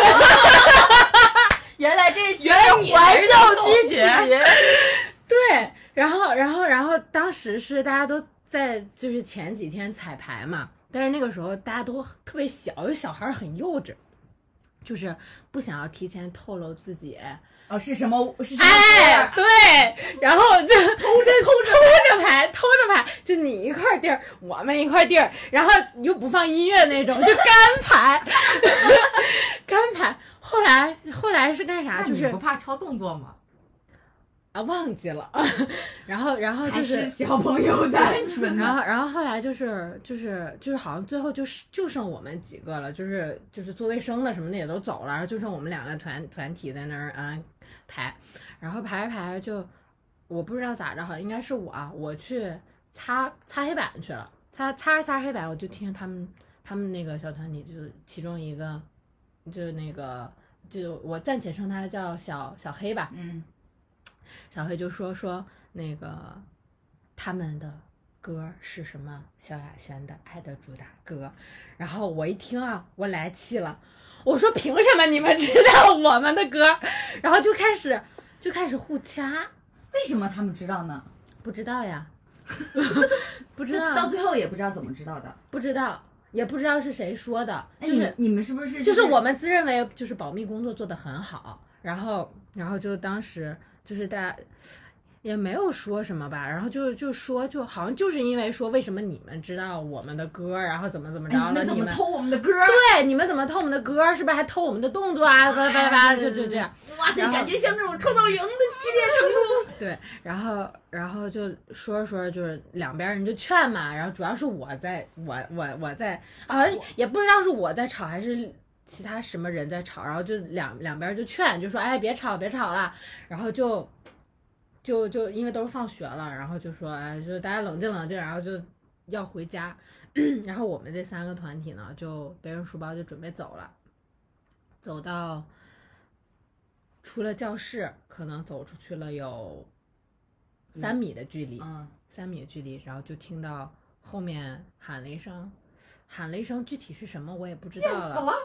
原来这期原来你怀旧金曲， 对，然后然后然后当时是大家都在就是前几天彩排嘛，但是那个时候大家都特别小，有小孩很幼稚，就是不想要提前透露自己。 哦，是什么？是什么？ 哎，对，然后就偷着偷着偷着排，偷着排，就你一块地儿，我们一块地儿，然后又不放音乐那种，就干排，干排。后来后来是干啥？就是不怕超动作吗？ 啊，忘记了。然后然后就是还是小朋友单纯的。 然后然后后来就是就是就是好像最后就是就剩我们几个了，就是就是做卫生的什么的也都走了，然后就剩我们两个团团体在那儿啊排，然后排着排着就我不知道咋着，好像应该是我啊，我去擦擦黑板去了，擦擦着擦着黑板，我就听见他们他们那个小团体就是其中一个就那个就我暂且称他叫小小黑吧， 嗯， 小黑就说说那个他们的歌是什么？萧亚轩的《爱的主打歌》。然后我一听啊，我来气了，我说凭什么你们知道我们的歌？然后就开始就开始互掐。 为什么他们知道呢？ 不知道呀，不知道， 到最后也不知道怎么知道的， 不知道，也不知道是谁说的，就是你们是不是就是我们自认为就是保密工作做得很好，然后然后就当时就是大家也没有说什么吧，然后就就说就好像就是因为说为什么你们知道我们的歌，然后怎么怎么着了， 你们怎么偷我们的歌？ 对，你们怎么偷我们的歌？是不是还偷我们的动作啊？叭叭叭，就就这样。 哇塞，感觉像那种创造营的激烈程度。 对，然后然后就说着说着就是两边人就劝嘛，然后主要是我在我我我在好像也不知道是我在吵还是其他什么人在吵，然后就两两边就劝，就说哎别吵别吵了，然后就就就因为都是放学了，然后就说哎就大家冷静冷静，然后就要回家，然后我们这三个团体呢就背着书包就准备走了，走到出了教室可能走出去了有三米的距离， 嗯， 三米的距离，然后就听到后面喊了一声，喊了一声，具体是什么我也不知道了。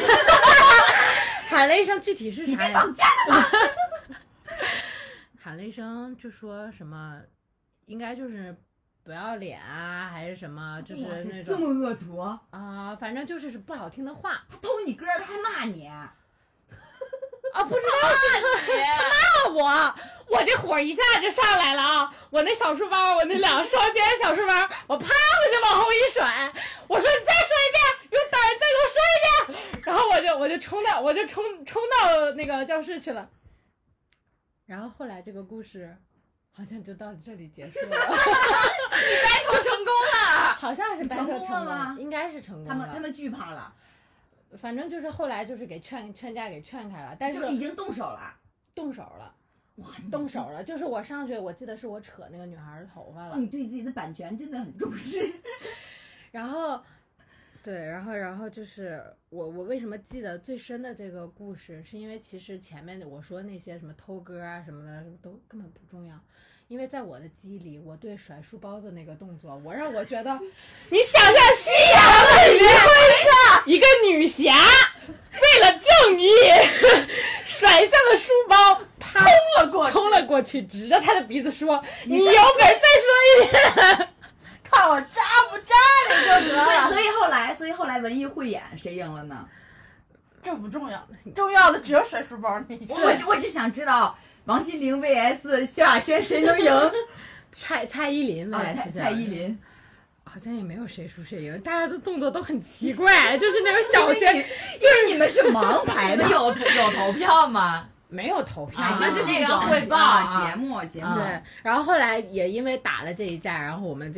喊了一声，具体是啥呀？ 你被绑架了吗？ 喊了一声，就说什么，应该就是不要脸啊，还是什么，就是那种这么恶毒啊、呃，反正就是不好听的话。 他偷你歌，他还骂你。 啊，不知道是他骂我，我这火一下就上来了啊！我那小书包，我那两双肩小书包，我啪我就往后一甩，我说你再说一遍，有胆再给我说一遍，然后我就我就冲到我就冲冲到那个教室去了，然后后来这个故事好像就到这里结束了。 你battle成功了， 好像是 battle 成功了吗？ 应该是成功了。 他们他们惧怕了。 反正就是后来就是给劝劝架给劝开了，但是就已经动手了， 动手了， 哇， 动手了！就是我上去，我记得是我扯那个女孩的头发了。 你对自己的版权真的很重视。 然后，对，然后然后就是我我为什么记得最深的这个故事，是因为其实前面我说那些什么偷歌啊什么的都根本不重要。因为在我的记忆里，我对甩书包的那个动作，我让我觉得，你想象西洋的余晖下，一个女侠为了正义，甩下了书包，啪冲了过去，冲了过去，指着他的鼻子说：“你有本再说一遍， 看我扎不扎你就得了。” 所以后来，所以后来文艺汇演谁赢了呢？ 这不重要，重要的只有甩书包那一我我只想知道。王心凌 V S 萧亚轩谁能赢？ 蔡蔡依林 V S、 啊、蔡蔡依林， 好像也没有谁输谁赢，大家的动作都很奇怪，就是那种小学， 就是你们是盲排的， 有有投票吗？ 没有投票， 啊、 就是这个汇报节目节目。 对，然后后来也因为打了这一架，然后我们这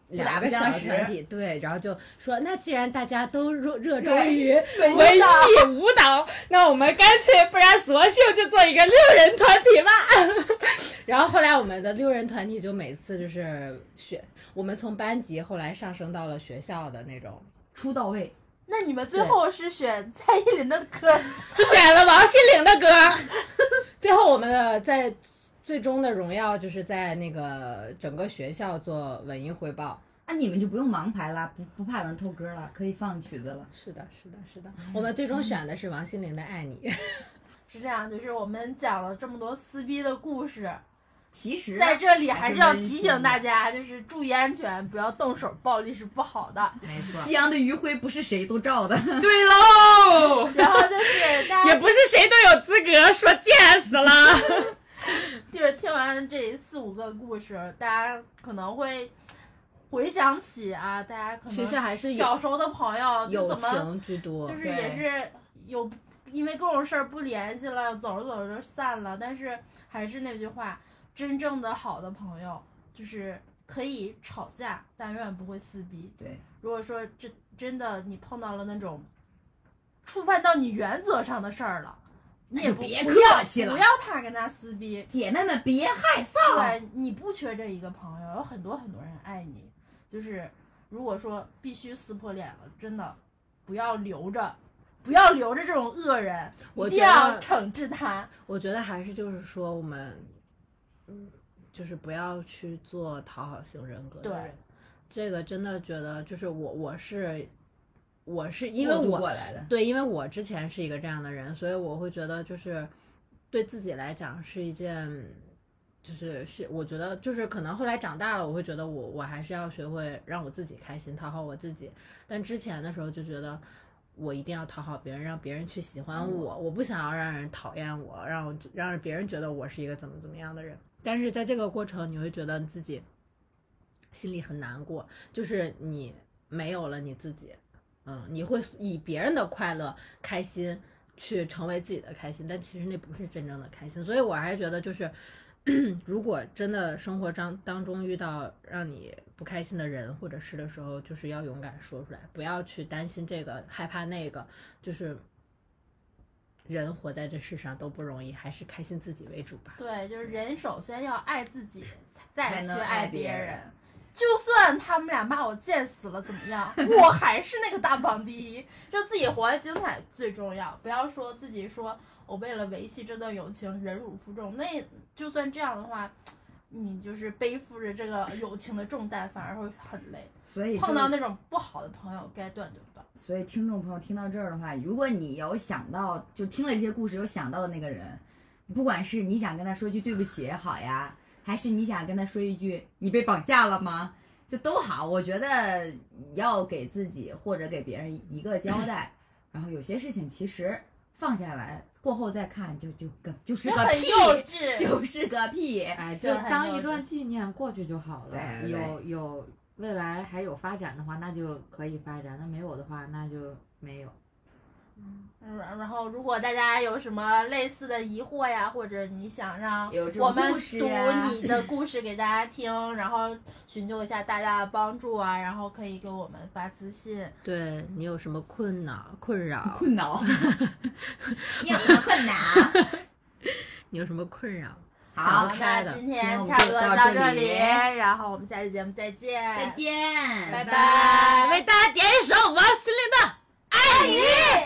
两个小团体，对，然后就说那既然大家都热热衷于文文艺舞蹈，那我们干脆不然索性就做一个六人团体吧。然后后来我们的六人团体就每次就是学，我们从班级后来上升到了学校的那种出到位。 那你们最后是选蔡依林的歌， 选了王心凌的歌。最后我们的在最终的荣耀就是在那个整个学校做文艺汇报。 啊，你们就不用盲排了，不不怕有人偷歌了，可以放曲子了。 是的，是的，是的。我们最终选的是王心凌的《爱你》。 是这样，就是我们讲了这么多撕逼的故事。 其实在这里还是要提醒大家，就是注意安全，不要动手，暴力是不好的。 没错，夕阳的余晖不是谁都照的。 对喽。 然后就是大家也不是谁都有资格说贱死了。 就是听完这四五个故事，大家可能会回想起啊，大家可能其实还是小时候的朋友就友怎么情居多， 就是也是有因为各种事儿不联系了，走着走着就散了。但是还是那句话。真正的好的朋友就是可以吵架，但永远不会撕逼。 对， 如果说这真的你碰到了那种触犯到你原则上的事儿了，你也不别客气了， 不要怕跟他撕逼。 姐妹们别害臊， 对，你不缺这一个朋友，有很多很多人爱你。就是如果说必须撕破脸了，真的不要留着。不要留着这种恶人，一定要惩治他。 我觉得还是就是说我们。嗯，就是不要去做讨好型人格的人。对，这个真的觉得就是我，我是，我是因为我过来的， 对，因为我之前是一个这样的人，所以我会觉得就是对自己来讲是一件，就是是我觉得就是可能后来长大了，我会觉得我我还是要学会让我自己开心，讨好我自己。但之前的时候就觉得。我一定要讨好别人，让别人去喜欢我，嗯、我不想要让人讨厌我，让让别人觉得我是一个怎么怎么样的人。但是在这个过程，你会觉得自己心里很难过，就是你没有了你自己，嗯，你会以别人的快乐、开心去成为自己的开心，但其实那不是真正的开心。所以我还是觉得，就是如果真的生活当当中遇到让你不开心的人或者事的时候，就是要勇敢说出来，不要去担心这个害怕那个，就是人活在这世上都不容易，还是开心自己为主吧。 对，就是人首先要爱自己，再去爱别人。 就算他们俩骂我贱死了怎么样，我还是那个大榜第一。就自己活得精彩最重要，不要说自己说我为了维系这段友情忍辱负重，那就算这样的话，你就是背负着这个友情的重担，反而会很累。 所以碰到那种不好的朋友，该断就断。 所以听众朋友听到这儿的话，如果你有想到，就听了这些故事有想到的那个人，不管是你想跟他说句对不起也好呀，还是你想跟他说一句你被绑架了吗，就都好。我觉得要给自己或者给别人一个交代，然后有些事情其实放下来过后再看，就就个就是个屁，就是个屁， 哎，就当一段纪念过去就好了。 对对对， 有有未来还有发展的话，那就可以发展；那没有的话，那就没有。 嗯，然后如果大家有什么类似的疑惑呀，或者你想让我们读你的故事给大家听，然后寻求一下大家的帮助啊，然后可以给我们发私信。 对，你有什么困扰、困扰、 困扰？你有什么困扰？ 你有什么困扰？ 好，那今天差不多到这里，然后我们下期节目再见， 再见， 拜拜。 为大家点一首王心凌的《爱你》。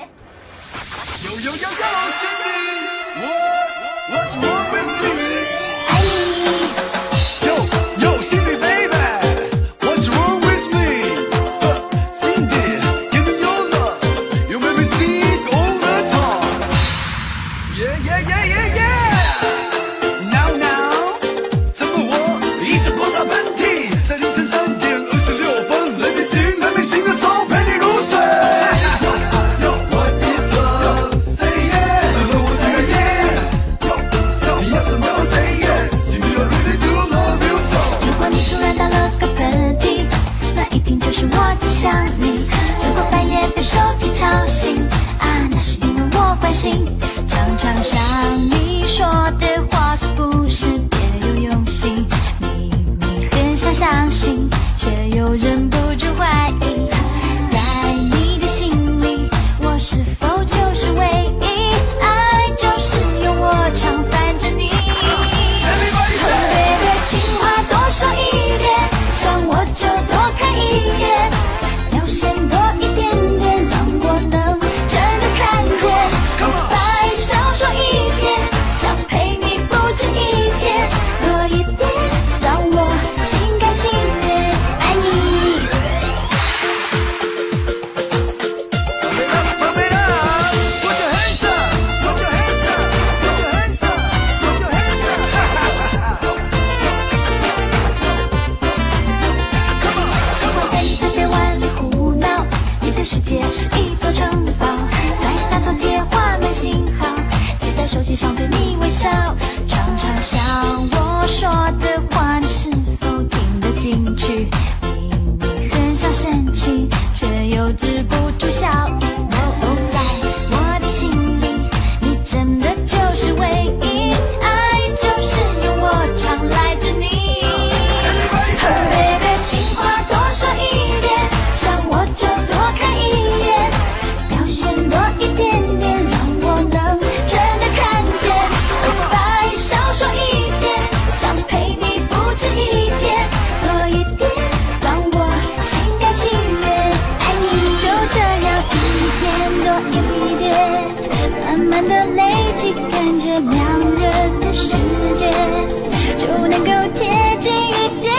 Yo yo yo yo, Cindy, what what's wrong with me? Yo yo, Cindy baby, what's wrong with me? Uh, Cindy, give me your love, you make me sneeze all the time. Yeah yeah yeah yeah yeah. Now now, 怎么我一直狂打喷嚏，在凌晨三点二十六分 ，Let me sing, let me sing the song， 陪你入睡。 就是我在想你，如果半夜被手机吵醒啊，那是因为我关心。常常想你说的话是不是别有用心？明明很想相信，却又又忍不住怀疑，在你的心里，我是否就是唯一？爱就是用我常烦着你。baby， 情话多说一点，想我就多看一眼，表现多一点点，让我能真的看见。我白少说一点，想陪你不止一天，多一点，让我心甘情愿爱你。 Pump it up, put your hands up, put your hands up, put your hands up, put your hands up. Come on, 喜欢在你的臂弯里胡闹，你的世界是一座城堡，在大头贴画满信号，贴在手机上对你微笑，常常想我说的话，你是否听得进去？明明很想生气，却又止不住笑意。哦，在我的心里，你真的就是唯一，爱就是用我常赖着你。baby， 情话多说一点，想我就多看一眼，表现多一点点，让我能真的看见。我白少说一点，想陪你不止一天，多一点，让我心甘情愿爱你。就这样一天多一点，慢慢的累积，感觉两人的世界就能够贴近一点。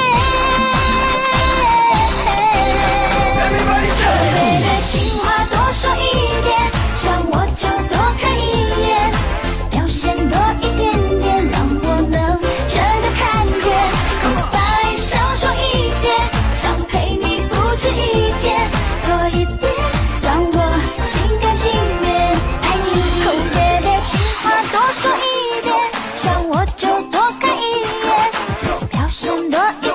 everybody say. baby， 情话多说一点，想我就多看一眼，表现多一点点，让我能真的看见。我白少说一点，想陪你不止一天，多一点，让我心甘情愿爱你。Oh baby， 情话多说一点，想我就多看一眼，表现多一点。